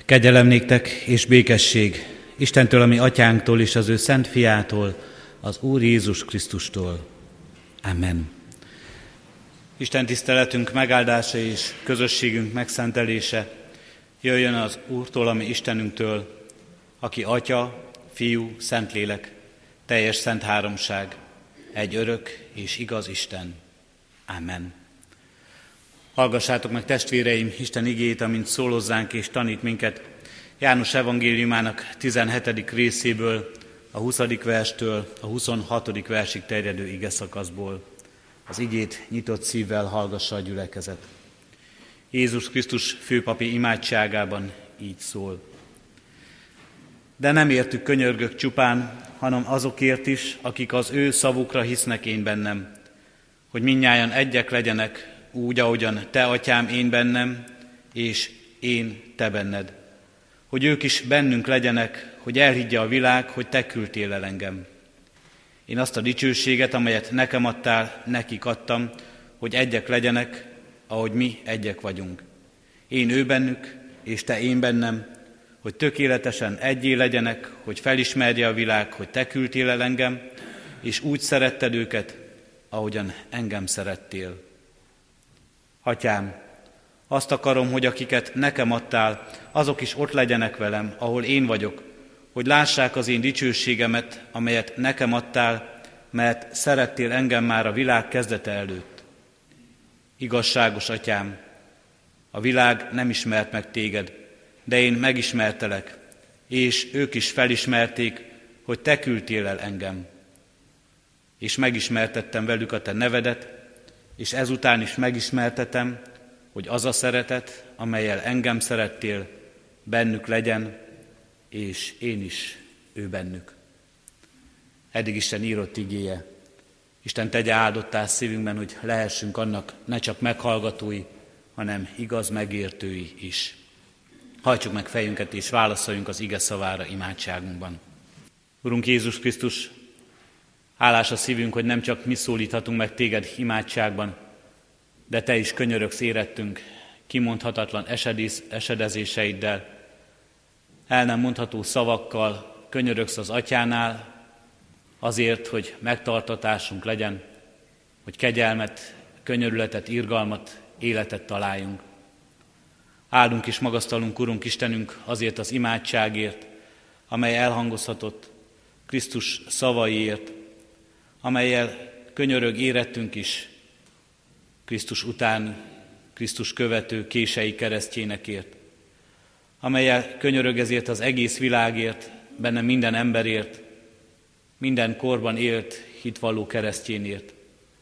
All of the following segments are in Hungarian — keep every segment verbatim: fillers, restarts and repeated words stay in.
Kegyelem néktek és békesség Istentől, ami atyánktól és az ő szent fiától, az Úr Jézus Krisztustól. Amen. Isten tiszteletünk megáldása és közösségünk megszentelése jöjjön az Úrtól, ami Istenünktől, aki Atya, Fiú, Szentlélek, teljes szent háromság, egy örök és igaz Isten. Amen. Hallgassátok meg, testvéreim, Isten igéjét, amint szól hozzánk és tanít minket János evangéliumának tizenhetedik részéből, a huszadik verstől a huszonhatodik versig terjedő igeszakaszból. Az igét nyitott szívvel hallgassa a gyülekezet. Jézus Krisztus főpapi imádságában így szól. De nem értük könyörgök csupán, hanem azokért is, akik az ő szavukra hisznek én bennem, hogy mindnyájan egyek legyenek, úgy, ahogyan te, atyám, én bennem, és én te benned. Hogy ők is bennünk legyenek, hogy elhiggye a világ, hogy te küldtél el engem. Én azt a dicsőséget, amelyet nekem adtál, nekik adtam, hogy egyek legyenek, ahogy mi egyek vagyunk. Én ő bennük, és te én bennem, hogy tökéletesen egyé legyenek, hogy felismerje a világ, hogy te küldtél el engem, és úgy szeretted őket, ahogyan engem szerettél. Atyám, azt akarom, hogy akiket nekem adtál, azok is ott legyenek velem, ahol én vagyok, hogy lássák az én dicsőségemet, amelyet nekem adtál, mert szerettél engem már a világ kezdete előtt. Igazságos atyám, a világ nem ismert meg téged, de én megismertelek, és ők is felismerték, hogy te küldtél el engem. És megismertettem velük a te nevedet, és ezután is megismertetem, hogy az a szeretet, amellyel engem szerettél, bennük legyen, és én is ő bennük. Eddig Isten írott igéje. Isten tegye áldottá szívünkben, hogy lehessünk annak ne csak meghallgatói, hanem igaz megértői is. Hajtsuk meg fejünket és válaszoljunk az ige szavára imádságunkban. Urunk Jézus Krisztus, hálás a szívünk, hogy nem csak mi szólíthatunk meg téged imádságban, de te is könyörögsz érettünk kimondhatatlan esedész, esedezéseiddel, el nem mondható szavakkal könyörögsz az atyánál azért, hogy megtartatásunk legyen, hogy kegyelmet, könyörületet, irgalmat, életet találjunk. Áldunk és magasztalunk, Urunk Istenünk, azért az imádságért, amely elhangozhatott Krisztus szavaiért, amellyel könyörög érettünk is Krisztus után, Krisztus követő kései keresztjénekért, amellyel könyörög ezért az egész világért, benne minden emberért, minden korban élt hitvalló keresztjénért.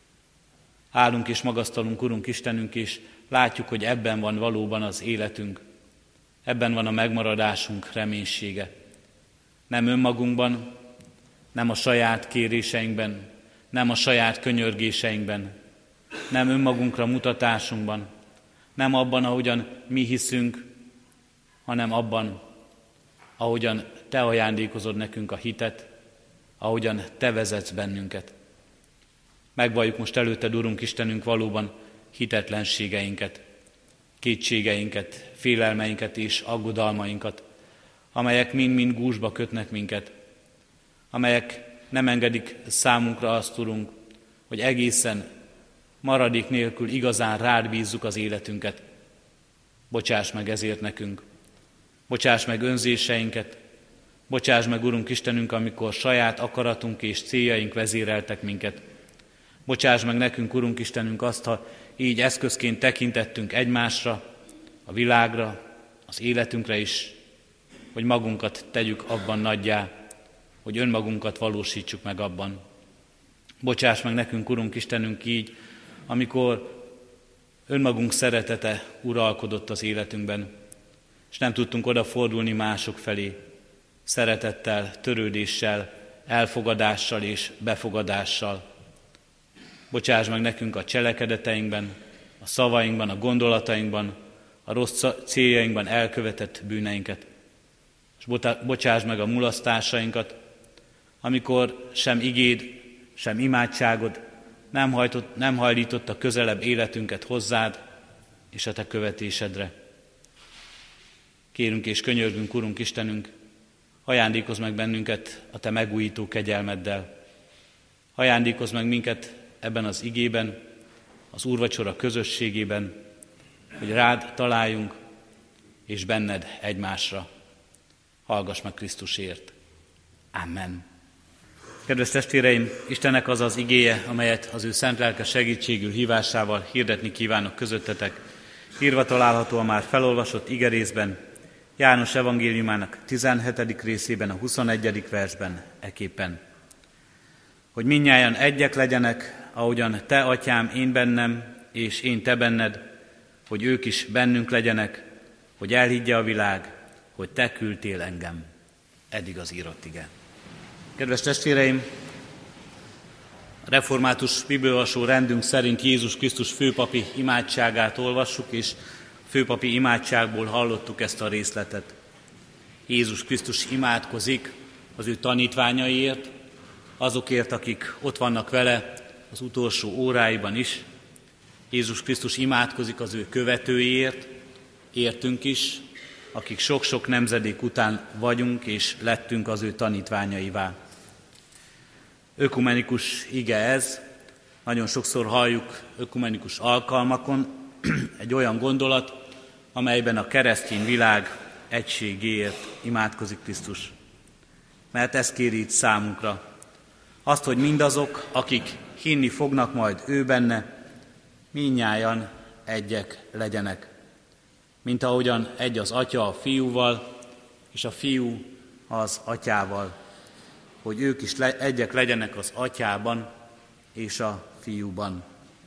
Áldunk és magasztalunk, Urunk Istenünk, és látjuk, hogy ebben van valóban az életünk, ebben van a megmaradásunk reménysége. Nem önmagunkban, nem a saját kéréseinkben, nem a saját könyörgéseinkben, nem önmagunkra mutatásunkban, nem abban, ahogyan mi hiszünk, hanem abban, ahogyan te ajándékozod nekünk a hitet, ahogyan te vezetsz bennünket. Megvalljuk most előtted, Urunk Istenünk, valóban hitetlenségeinket, kétségeinket, félelmeinket és aggodalmainkat, amelyek mind-mind gúzsba kötnek minket, amelyek nem engedik számunkra azt, Urunk, hogy egészen maradék nélkül igazán rád bízzuk az életünket. Bocsáss meg ezért nekünk. Bocsáss meg önzéseinket. Bocsáss meg, Urunk Istenünk, amikor saját akaratunk és céljaink vezéreltek minket. Bocsáss meg nekünk, Urunk Istenünk, azt, ha így eszközként tekintettünk egymásra, a világra, az életünkre is, hogy magunkat tegyük abban nagyjá, hogy önmagunkat valósítsuk meg abban. Bocsáss meg nekünk, Urunk Istenünk, így, amikor önmagunk szeretete uralkodott az életünkben, és nem tudtunk odafordulni mások felé, szeretettel, törődéssel, elfogadással és befogadással. Bocsáss meg nekünk a cselekedeteinkben, a szavainkban, a gondolatainkban, a rossz céljainkban elkövetett bűneinket. És bocsáss meg a mulasztásainkat, amikor sem igéd, sem imádságod nem, hajtott, nem hajlította közelebb életünket hozzád és a te követésedre. Kérünk és könyörgünk, Urunk Istenünk, ajándékozz meg bennünket a Te megújító kegyelmeddel. Ajándékozz meg minket ebben az igében, az úrvacsora közösségében, hogy rád találjunk, és benned egymásra. Hallgass meg Krisztusért. Amen. Kedves testvéreim, Istennek az az igéje, amelyet az ő szent lelke segítségül hívásával hirdetni kívánok közöttetek. Írva található a már felolvasott igerészben, János evangéliumának tizenhetedik részében, a huszonegyedik versben eképpen. Hogy mindnyájan egyek legyenek, ahogyan te, atyám, én bennem, és én te benned, hogy ők is bennünk legyenek, hogy elhiggye a világ, hogy te küldtél engem. Eddig az írott ige. Kedves testvéreim, a református bibliaolvasó rendünk szerint Jézus Krisztus főpapi imádságát olvassuk, és főpapi imádságból hallottuk ezt a részletet. Jézus Krisztus imádkozik az ő tanítványaiért, azokért, akik ott vannak vele az utolsó óráiban is. Jézus Krisztus imádkozik az ő követőiért, értünk is, akik sok-sok nemzedék után vagyunk és lettünk az ő tanítványaivá. Ökumenikus ige ez, nagyon sokszor halljuk ökumenikus alkalmakon, egy olyan gondolat, amelyben a keresztény világ egységéért imádkozik Krisztus. Mert ez kéri itt számunkra. Azt, hogy mindazok, akik hinni fognak majd ő benne, mindnyájan egyek legyenek. Mint ahogyan egy az atya a fiúval, és a fiú az atyával. Hogy ők is le, egyek legyenek az atyában és a fiúban.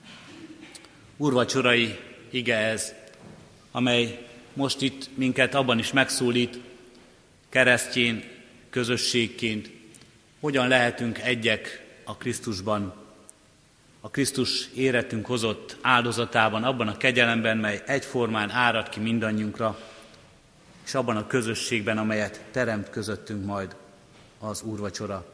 Úrvacsorai ige ez, amely most itt minket abban is megszólít, keresztény közösségként, hogyan lehetünk egyek a Krisztusban, a Krisztus éretünk hozott áldozatában, abban a kegyelemben, mely egyformán árad ki mindannyiunkra, és abban a közösségben, amelyet teremt közöttünk majd az úrvacsora.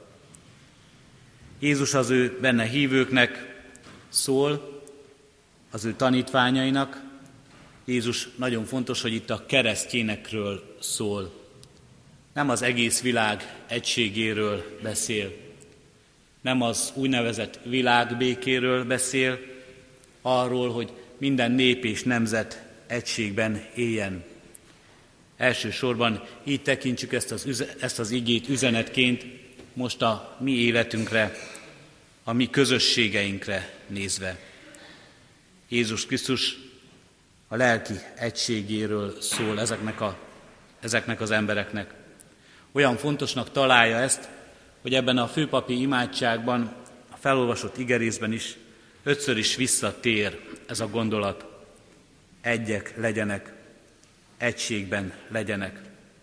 Jézus az ő benne hívőknek szól, az ő tanítványainak. Jézus nagyon fontos, hogy itt a keresztényekről szól. Nem az egész világ egységéről beszél, nem az úgynevezett világbékéről beszél, arról, hogy minden nép és nemzet egységben éljen. Elsősorban így tekintsük ezt az, üze, ezt az igét üzenetként most a mi életünkre, a mi közösségeinkre nézve. Jézus Krisztus a lelki egységéről szól ezeknek, a, ezeknek az embereknek. Olyan fontosnak találja ezt, hogy ebben a főpapi imádságban, a felolvasott igerészben is ötször is visszatér ez a gondolat. Egyek legyenek, egységben legyenek.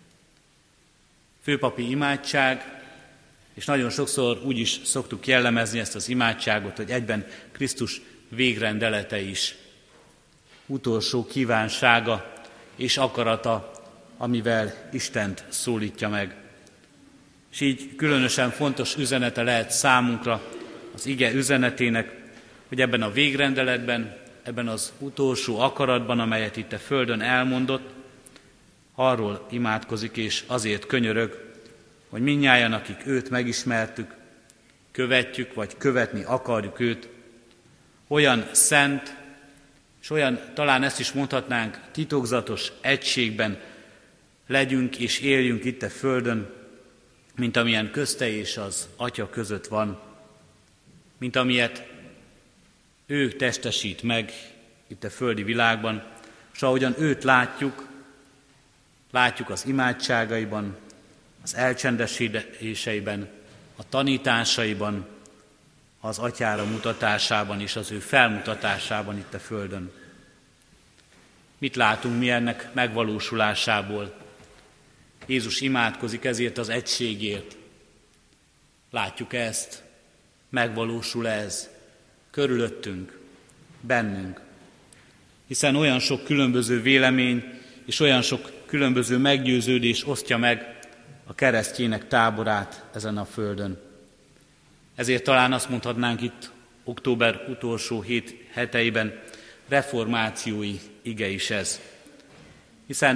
Főpapi imádság, és nagyon sokszor úgy is szoktuk jellemezni ezt az imádságot, hogy egyben Krisztus végrendelete is, utolsó kívánsága és akarata, amivel Istent szólítja meg. És így különösen fontos üzenete lehet számunkra az ige üzenetének, hogy ebben a végrendeletben, ebben az utolsó akaratban, amelyet itt a földön elmondott, arról imádkozik és azért könyörög, hogy mindnyájan, akik őt megismertük, követjük vagy követni akarjuk őt, olyan szent, és olyan, talán ezt is mondhatnánk, titokzatos egységben legyünk és éljünk itt a földön, mint amilyen közte és az Atya között van, mint amilyet ő testesít meg itt a földi világban, és ahogyan őt látjuk, látjuk az imádságaiban, az elcsendesítéseiben, a tanításaiban, az Atyára mutatásában és az ő felmutatásában itt a földön. Mit látunk mi ennek megvalósulásából? Jézus imádkozik ezért az egységért. Látjuk ezt, megvalósul ez körülöttünk, bennünk. Hiszen olyan sok különböző vélemény és olyan sok különböző meggyőződés osztja meg a keresztjének táborát ezen a földön. Ezért talán azt mondhatnánk itt október utolsó hét heteiben, reformációi ige is ez. Hiszen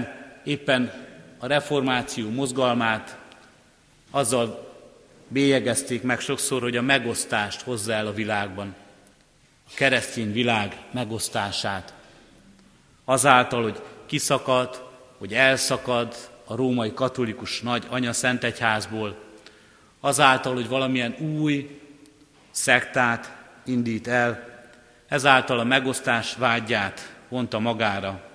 éppen a reformáció mozgalmát azzal bélyegezték meg sokszor, hogy a megosztást hozza el a világban. A keresztény világ megosztását. Azáltal, hogy kiszakad, hogy elszakad a római katolikus nagy anyaszentegyházból, azáltal, hogy valamilyen új szektát indít el, ezáltal a megosztás vágyát vonta magára.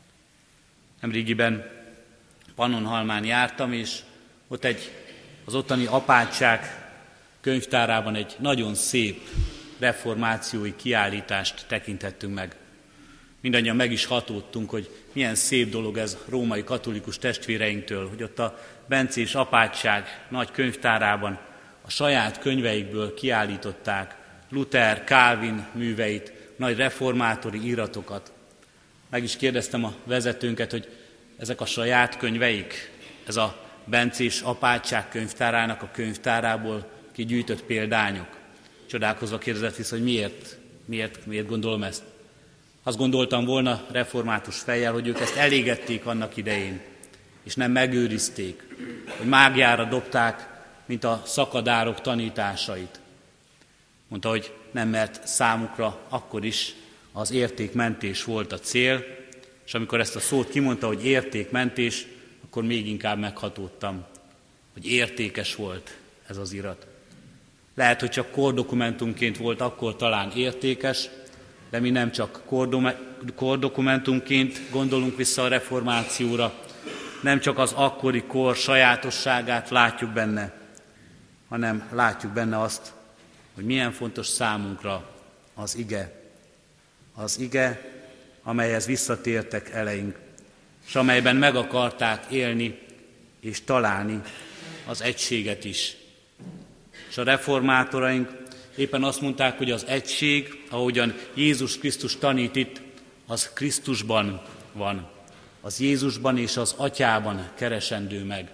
Nemrégiben Pannonhalmán jártam, és ott egy, az ottani apátság könyvtárában egy nagyon szép reformációi kiállítást tekinthettünk meg. Mindannyian meg is hatódtunk, hogy milyen szép dolog ez római katolikus testvéreinktől, hogy ott a bencés apátság nagy könyvtárában a saját könyveikből kiállították Luther, Calvin műveit, nagy reformátori íratokat. Meg is kérdeztem a vezetőnket, hogy ezek a saját könyveik, ez a bencés apátság könyvtárának a könyvtárából kigyűjtött példányok. Csodálkozva kérdezett vissza, hogy miért, miért, miért gondolom ezt. Azt gondoltam volna református fejjel, hogy ők ezt elégették annak idején, és nem megőrizték, hogy mágiára dobták, mint a szakadárok tanításait. Mondta, hogy nem, mert számukra akkor is az értékmentés volt a cél, és amikor ezt a szót kimondta, hogy értékmentés, akkor még inkább meghatódtam, hogy értékes volt ez az irat. Lehet, hogy csak kordokumentumként volt akkor talán értékes, de mi nem csak kordokumentumként gondolunk vissza a reformációra, nem csak az akkori kor sajátosságát látjuk benne, hanem látjuk benne azt, hogy milyen fontos számunkra az ige. Az ige, amelyhez visszatértek eleink, és amelyben meg akarták élni és találni az egységet is. És a reformátoraink éppen azt mondták, hogy az egység, ahogyan Jézus Krisztus tanít itt, az Krisztusban van. Az Jézusban és az Atyában keresendő meg,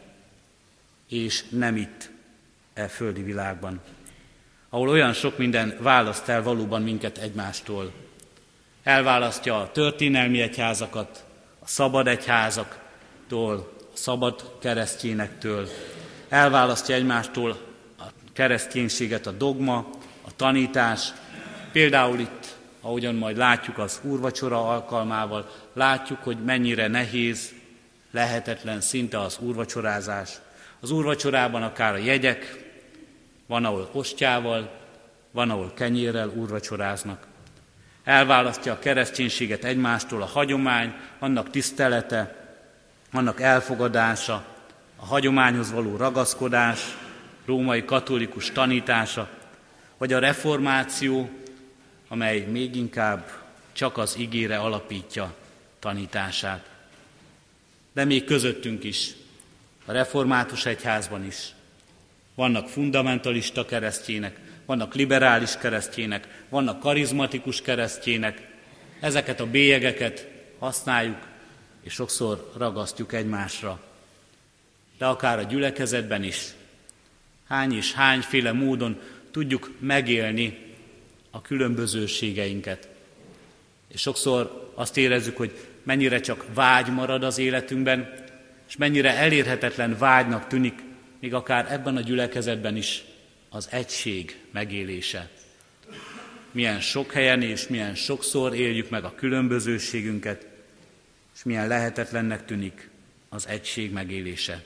és nem itt, e földi világban, ahol olyan sok minden választ el valóban minket egymástól. Elválasztja a történelmi egyházakat, a szabad egyházaktól, a szabad keresztényektől, elválasztja egymástól a kereszténységet a dogma, a tanítás. Például itt, ahogyan majd látjuk az úrvacsora alkalmával, látjuk, hogy mennyire nehéz, lehetetlen szinte az úrvacsorázás. Az úrvacsorában akár a jegyek, van, ahol ostjával, van, ahol kenyérrel úrvacsoráznak. Elválasztja a kereszténységet egymástól a hagyomány, annak tisztelete, annak elfogadása, a hagyományhoz való ragaszkodás, római katolikus tanítása, vagy a reformáció, amely még inkább csak az igére alapítja tanítását. De még közöttünk is, a református egyházban is vannak fundamentalista keresztjének, vannak liberális keresztjének, vannak karizmatikus keresztjének. Ezeket a bélyegeket használjuk, és sokszor ragasztjuk egymásra. De akár a gyülekezetben is, hány és hányféle módon tudjuk megélni a különbözőségeinket. És sokszor azt érezzük, hogy mennyire csak vágy marad az életünkben, és mennyire elérhetetlen vágynak tűnik, még akár ebben a gyülekezetben is az egység megélése. Milyen sok helyen és milyen sokszor éljük meg a különbözőségünket, és milyen lehetetlennek tűnik az egység megélése.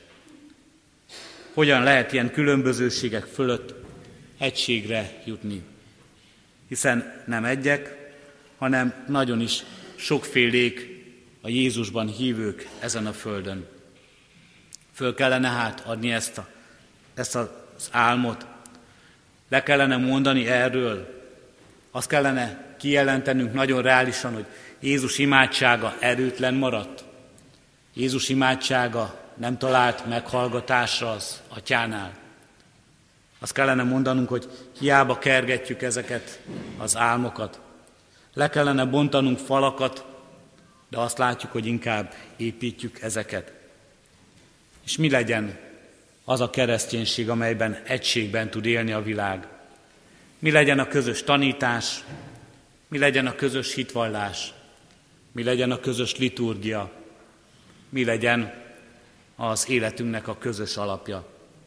Hogyan lehet ilyen különbözőségek fölött egységre jutni? Hiszen nem egyek, hanem nagyon is sokfélék a Jézusban hívők ezen a földön. Föl kellene hát adni ezt, a, ezt az álmot, le kellene mondani erről, azt kellene kijelentenünk nagyon reálisan, hogy Jézus imádsága erőtlen maradt. Jézus imádsága nem talált meghallgatásra az Atyánál. Azt kellene mondanunk, hogy hiába kergetjük ezeket az álmokat. Le kellene bontanunk falakat, de azt látjuk, hogy inkább építjük ezeket. És mi legyen az a kereszténység, amelyben egységben tud élni a világ? Mi legyen a közös tanítás? Mi legyen a közös hitvallás? Mi legyen a közös liturgia? mi legyen az életünknek a közös alapja.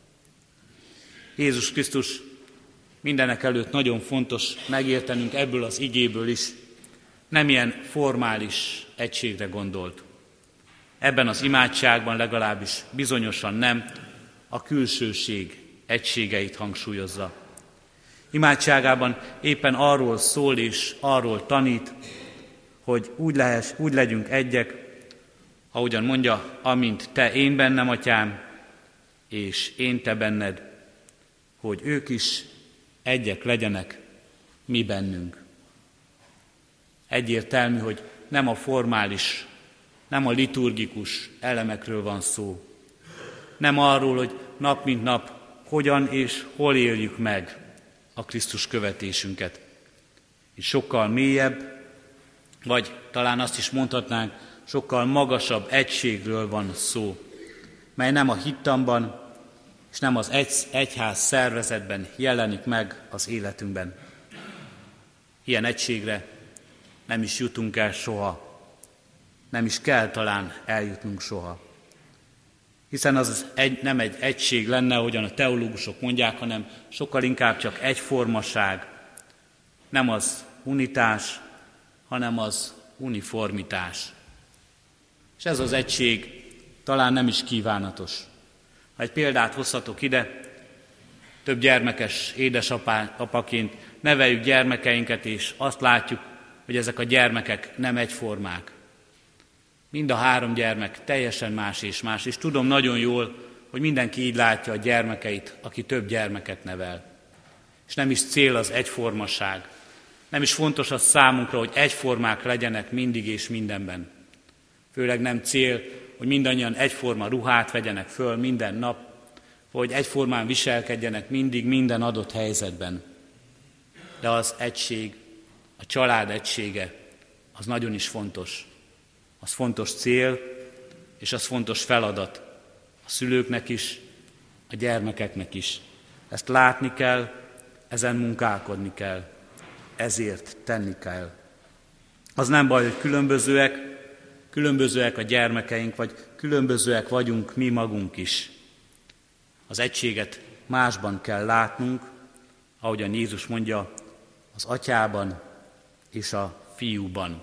Jézus Krisztus mindenek előtt nagyon fontos megértenünk ebből az igéből is, nem ilyen formális egységre gondolt. Ebben az imádságban legalábbis bizonyosan nem a külsőség egységeit hangsúlyozza. Imádságában éppen arról szól és arról tanít, hogy úgy, lehess, úgy legyünk egyek, ahogyan mondja, amint te én bennem, atyám, és én te benned, hogy ők is egyek legyenek mi bennünk. Egyértelmű, hogy nem a formális, nem a liturgikus elemekről van szó. Nem arról, hogy nap mint nap hogyan és hol éljük meg a Krisztus követésünket. És sokkal mélyebb, vagy talán azt is mondhatnánk, sokkal magasabb egységről van szó, mely nem a hittamban és nem az egy, egyház szervezetben jelenik meg az életünkben. Ilyen egységre nem is jutunk el soha, nem is kell talán eljutnunk soha. Hiszen az egy, nem egy egység lenne, ahogyan a teológusok mondják, hanem sokkal inkább csak egyformaság. Nem az unitás, hanem az uniformitás. És ez az egység talán nem is kívánatos. Ha egy példát hozhatok ide, több gyermekes édesapaként neveljük gyermekeinket, és azt látjuk, hogy ezek a gyermekek nem egyformák. Mind a három gyermek teljesen más és más, és tudom nagyon jól, hogy mindenki így látja a gyermekeit, aki több gyermeket nevel. És nem is cél az egyformaság. Nem is fontos az számunkra, hogy egyformák legyenek mindig és mindenben. Főleg nem cél, hogy mindannyian egyforma ruhát vegyenek föl minden nap, hogy egyformán viselkedjenek mindig minden adott helyzetben. De az egység, a család egysége, az nagyon is fontos. Az fontos cél, és az fontos feladat a szülőknek is, a gyermekeknek is. Ezt látni kell, ezen munkálkodni kell, ezért tenni kell. Az nem baj, hogy különbözőek, különbözőek a gyermekeink, vagy különbözőek vagyunk mi magunk is. Az egységet másban kell látnunk, ahogyan Jézus mondja, az atyában és a fiúban.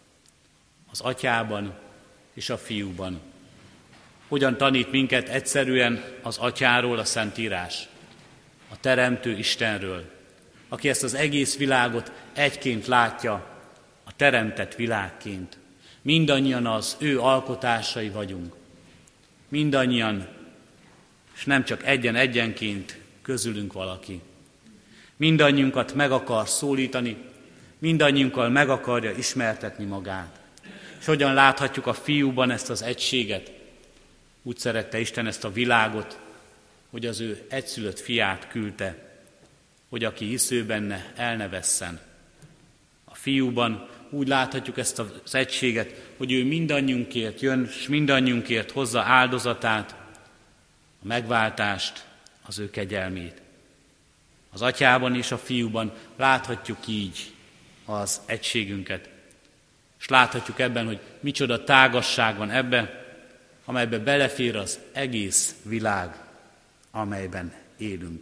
Az atyában és a fiúban. Hogyan tanít minket egyszerűen az atyáról a Szentírás, a teremtő Istenről, aki ezt az egész világot egyként látja, a teremtett világként. Mindannyian az ő alkotásai vagyunk. Mindannyian, és nem csak egyen-egyenként közülünk valaki. Mindannyiunkat meg akar szólítani, mindannyiunkkal meg akarja ismertetni magát. És hogyan láthatjuk a fiúban ezt az egységet? Úgy szerette Isten ezt a világot, hogy az ő egyszülött fiát küldte, hogy aki hisz ő benne, el ne vesszen. A fiúban úgy láthatjuk ezt az egységet, hogy ő mindannyiunkért jön, és mindannyiunkért hozza áldozatát, a megváltást, az ő kegyelmét. Az atyában és a fiúban láthatjuk így az egységünket, és láthatjuk ebben, hogy micsoda tágasság van ebben, amelybe belefér az egész világ, amelyben élünk.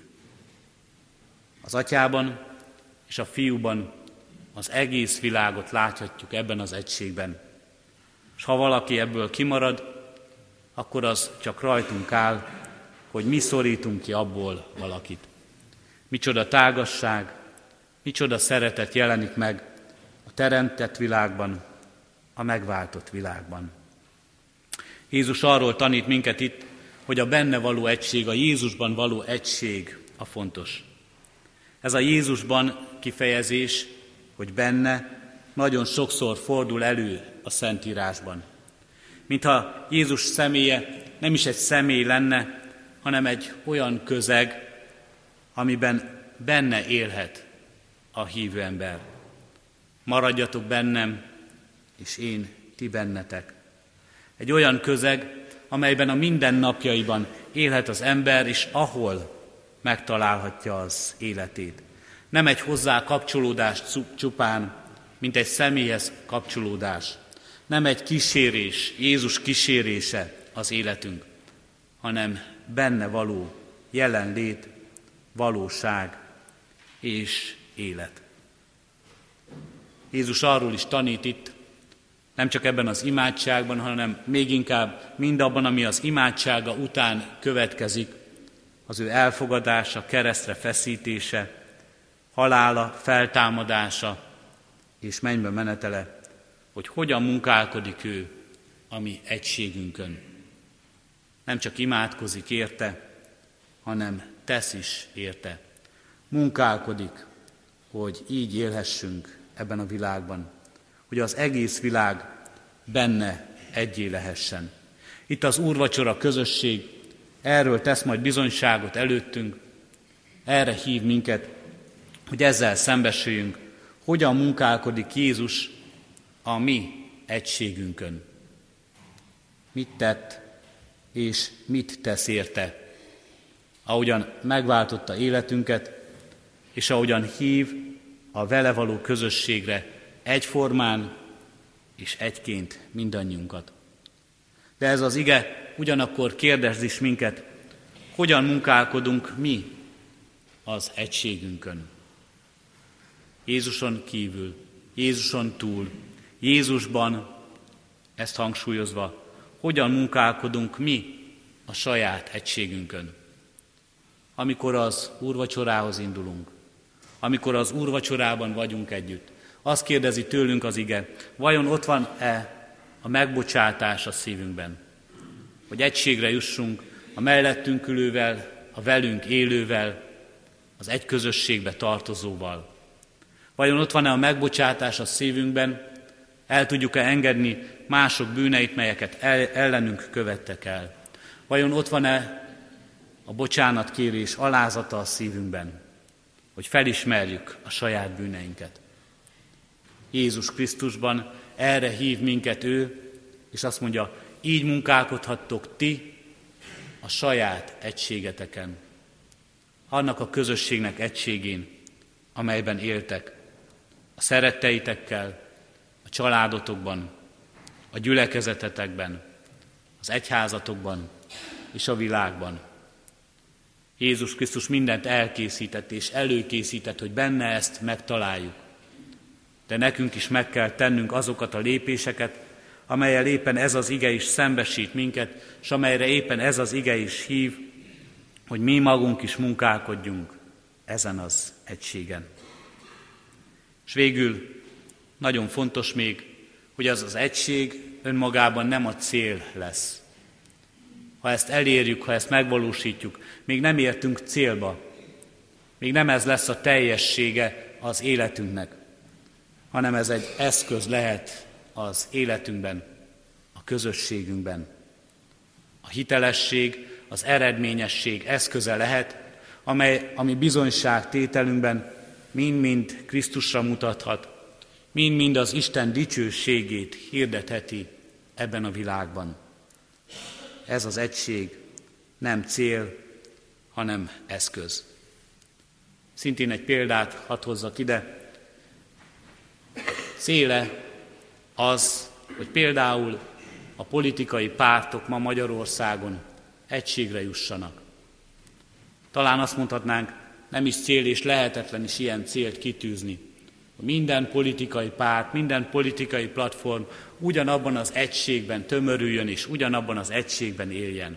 Az atyában és a fiúban az egész világot láthatjuk ebben az egységben. És ha valaki ebből kimarad, akkor az csak rajtunk áll, hogy mi szorítunk ki abból valakit. Micsoda tágasság, micsoda szeretet jelenik meg a teremtett világban, a megváltott világban. Jézus arról tanít minket itt, hogy a benne való egység, a Jézusban való egység a fontos. Ez a Jézusban kifejezés, hogy benne, nagyon sokszor fordul elő a Szentírásban. Mintha Jézus személye nem is egy személy lenne, hanem egy olyan közeg, amiben benne élhet a hívő ember. Maradjatok bennem, és én ti bennetek. Egy olyan közeg, amelyben a mindennapjaiban élhet az ember, és ahol megtalálhatja az életét. Nem egy hozzá kapcsolódás csupán, mint egy személyhez kapcsolódás, Nem egy kísérés, Jézus kísérése az életünk, hanem benne való jelenlét, valóság és élet. Jézus arról is tanít itt, nem csak ebben az imádságban, hanem még inkább mindabban, ami az imádsága után következik, az ő elfogadása, keresztre feszítése, halála, feltámadása és mennybe menetele, hogy hogyan munkálkodik ő a mi egységünkön. Nem csak imádkozik érte, hanem tesz is érte. Munkálkodik, hogy így élhessünk ebben a világban, hogy az egész világ benne egyé lehessen. Itt az úrvacsora közösség erről tesz majd bizonyságot előttünk, erre hív minket, hogy ezzel szembesüljünk, hogyan munkálkodik Jézus a mi egységünkön. Mit tett és mit tesz érte, ahogyan megváltotta életünket, és ahogyan hív a vele való közösségre egyformán és egyként mindannyiunkat. De ez az ige ugyanakkor kérdez is minket, hogyan munkálkodunk mi az egységünkön. Jézuson kívül, Jézuson túl, Jézusban, ezt hangsúlyozva, hogyan munkálkodunk mi a saját egységünkön. Amikor az úrvacsorához indulunk, amikor az úrvacsorában vagyunk együtt, azt kérdezi tőlünk az ige, vajon ott van-e a megbocsátás a szívünkben, hogy egységre jussunk a mellettünk ülővel, a velünk élővel, az egy közösségbe tartozóval. Vajon ott van-e a megbocsátás a szívünkben, el tudjuk-e engedni mások bűneit, melyeket ellenünk követtek el? Vajon ott van-e a bocsánatkérés alázata a szívünkben, hogy felismerjük a saját bűneinket? Jézus Krisztusban erre hív minket ő, és azt mondja, így munkálkodhattok ti a saját egységeteken, annak a közösségnek egységén, amelyben éltek, a szeretteitekkel, a családotokban, a gyülekezetetekben, az egyházatokban és a világban. Jézus Krisztus mindent elkészített és előkészített, hogy benne ezt megtaláljuk. De nekünk is meg kell tennünk azokat a lépéseket, amellyel éppen ez az ige is szembesít minket, és amelyre éppen ez az ige is hív, hogy mi magunk is munkálkodjunk ezen az egységen. És végül nagyon fontos még, hogy az az egység önmagában nem a cél lesz. Ha ezt elérjük, ha ezt megvalósítjuk, még nem értünk célba, még nem ez lesz a teljessége az életünknek, hanem ez egy eszköz lehet az életünkben, a közösségünkben. A hitelesség, az eredményesség eszköze lehet, amely, ami bizonyságtételünkben mind-mind Krisztusra mutathat, mind-mind az Isten dicsőségét hirdetheti ebben a világban. Ez az egység nem cél, hanem eszköz. Szintén egy példát hadd hozzak ide. Céle az, hogy például a politikai pártok ma Magyarországon egységre jussanak. Talán azt mondhatnánk, nem is cél és lehetetlen is ilyen célt kitűzni. Minden politikai párt, minden politikai platform ugyanabban az egységben tömörüljön és ugyanabban az egységben éljen.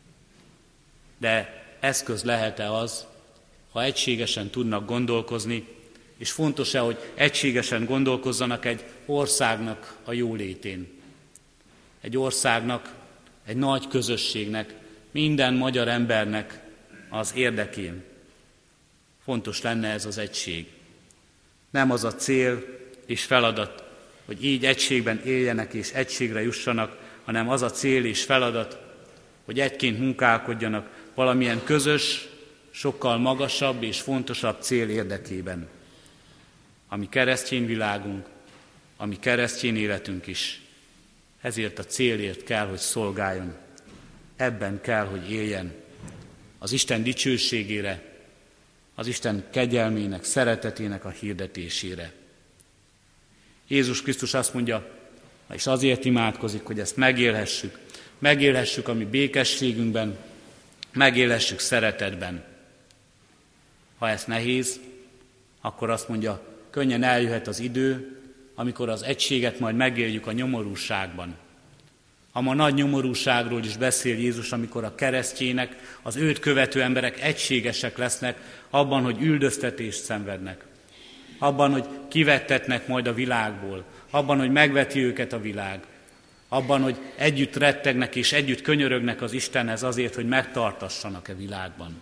De eszköz lehet-e az, ha egységesen tudnak gondolkozni, és fontos-e, hogy egységesen gondolkozzanak egy országnak a jólétén. Egy országnak, egy nagy közösségnek, minden magyar embernek az érdekén. Fontos lenne ez az egység. Nem az a cél és feladat, hogy így egységben éljenek és egységre jussanak, hanem az a cél és feladat, hogy egyként munkálkodjanak valamilyen közös, sokkal magasabb és fontosabb cél érdekében. Ami keresztény világunk, ami keresztény életünk is, ezért a célért kell, hogy szolgáljon. Ebben kell, hogy éljen. Az Isten dicsőségére, az Isten kegyelmének, szeretetének a hirdetésére. Jézus Krisztus azt mondja, és azért imádkozik, hogy ezt megélhessük. Megélhessük a mi békességünkben, megélhessük szeretetben. Ha ez nehéz, akkor azt mondja, könnyen eljöhet az idő, amikor az egységet majd megéljük a nyomorúságban. A ma nagy nyomorúságról is beszél Jézus, amikor a keresztjének, az őt követő emberek egységesek lesznek abban, hogy üldöztetést szenvednek. Abban, hogy kivettetnek majd a világból. Abban, hogy megveti őket a világ. Abban, hogy együtt rettegnek és együtt könyörögnek az Istenhez azért, hogy megtartassanak-e világban.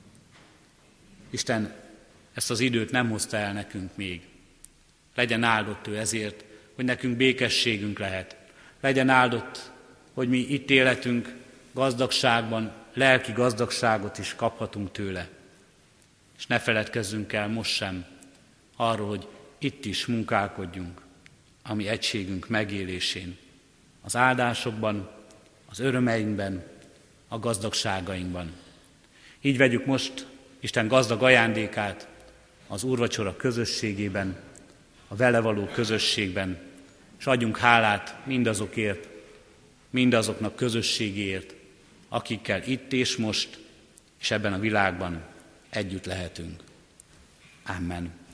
Isten ezt az időt nem hozta el nekünk még. Legyen áldott ő ezért, hogy nekünk békességünk lehet. Legyen áldott, hogy mi itt életünk gazdagságban, lelki gazdagságot is kaphatunk tőle. És ne feledkezzünk el most sem arról, hogy itt is munkálkodjunk a mi egységünk megélésén. Az áldásokban, az örömeinkben, a gazdagságainkban. Így vegyük most Isten gazdag ajándékát az úrvacsora közösségében, a vele való közösségben, és adjunk hálát mindazokért, mindazoknak közösségéért, akikkel itt és most, és ebben a világban együtt lehetünk. Amen.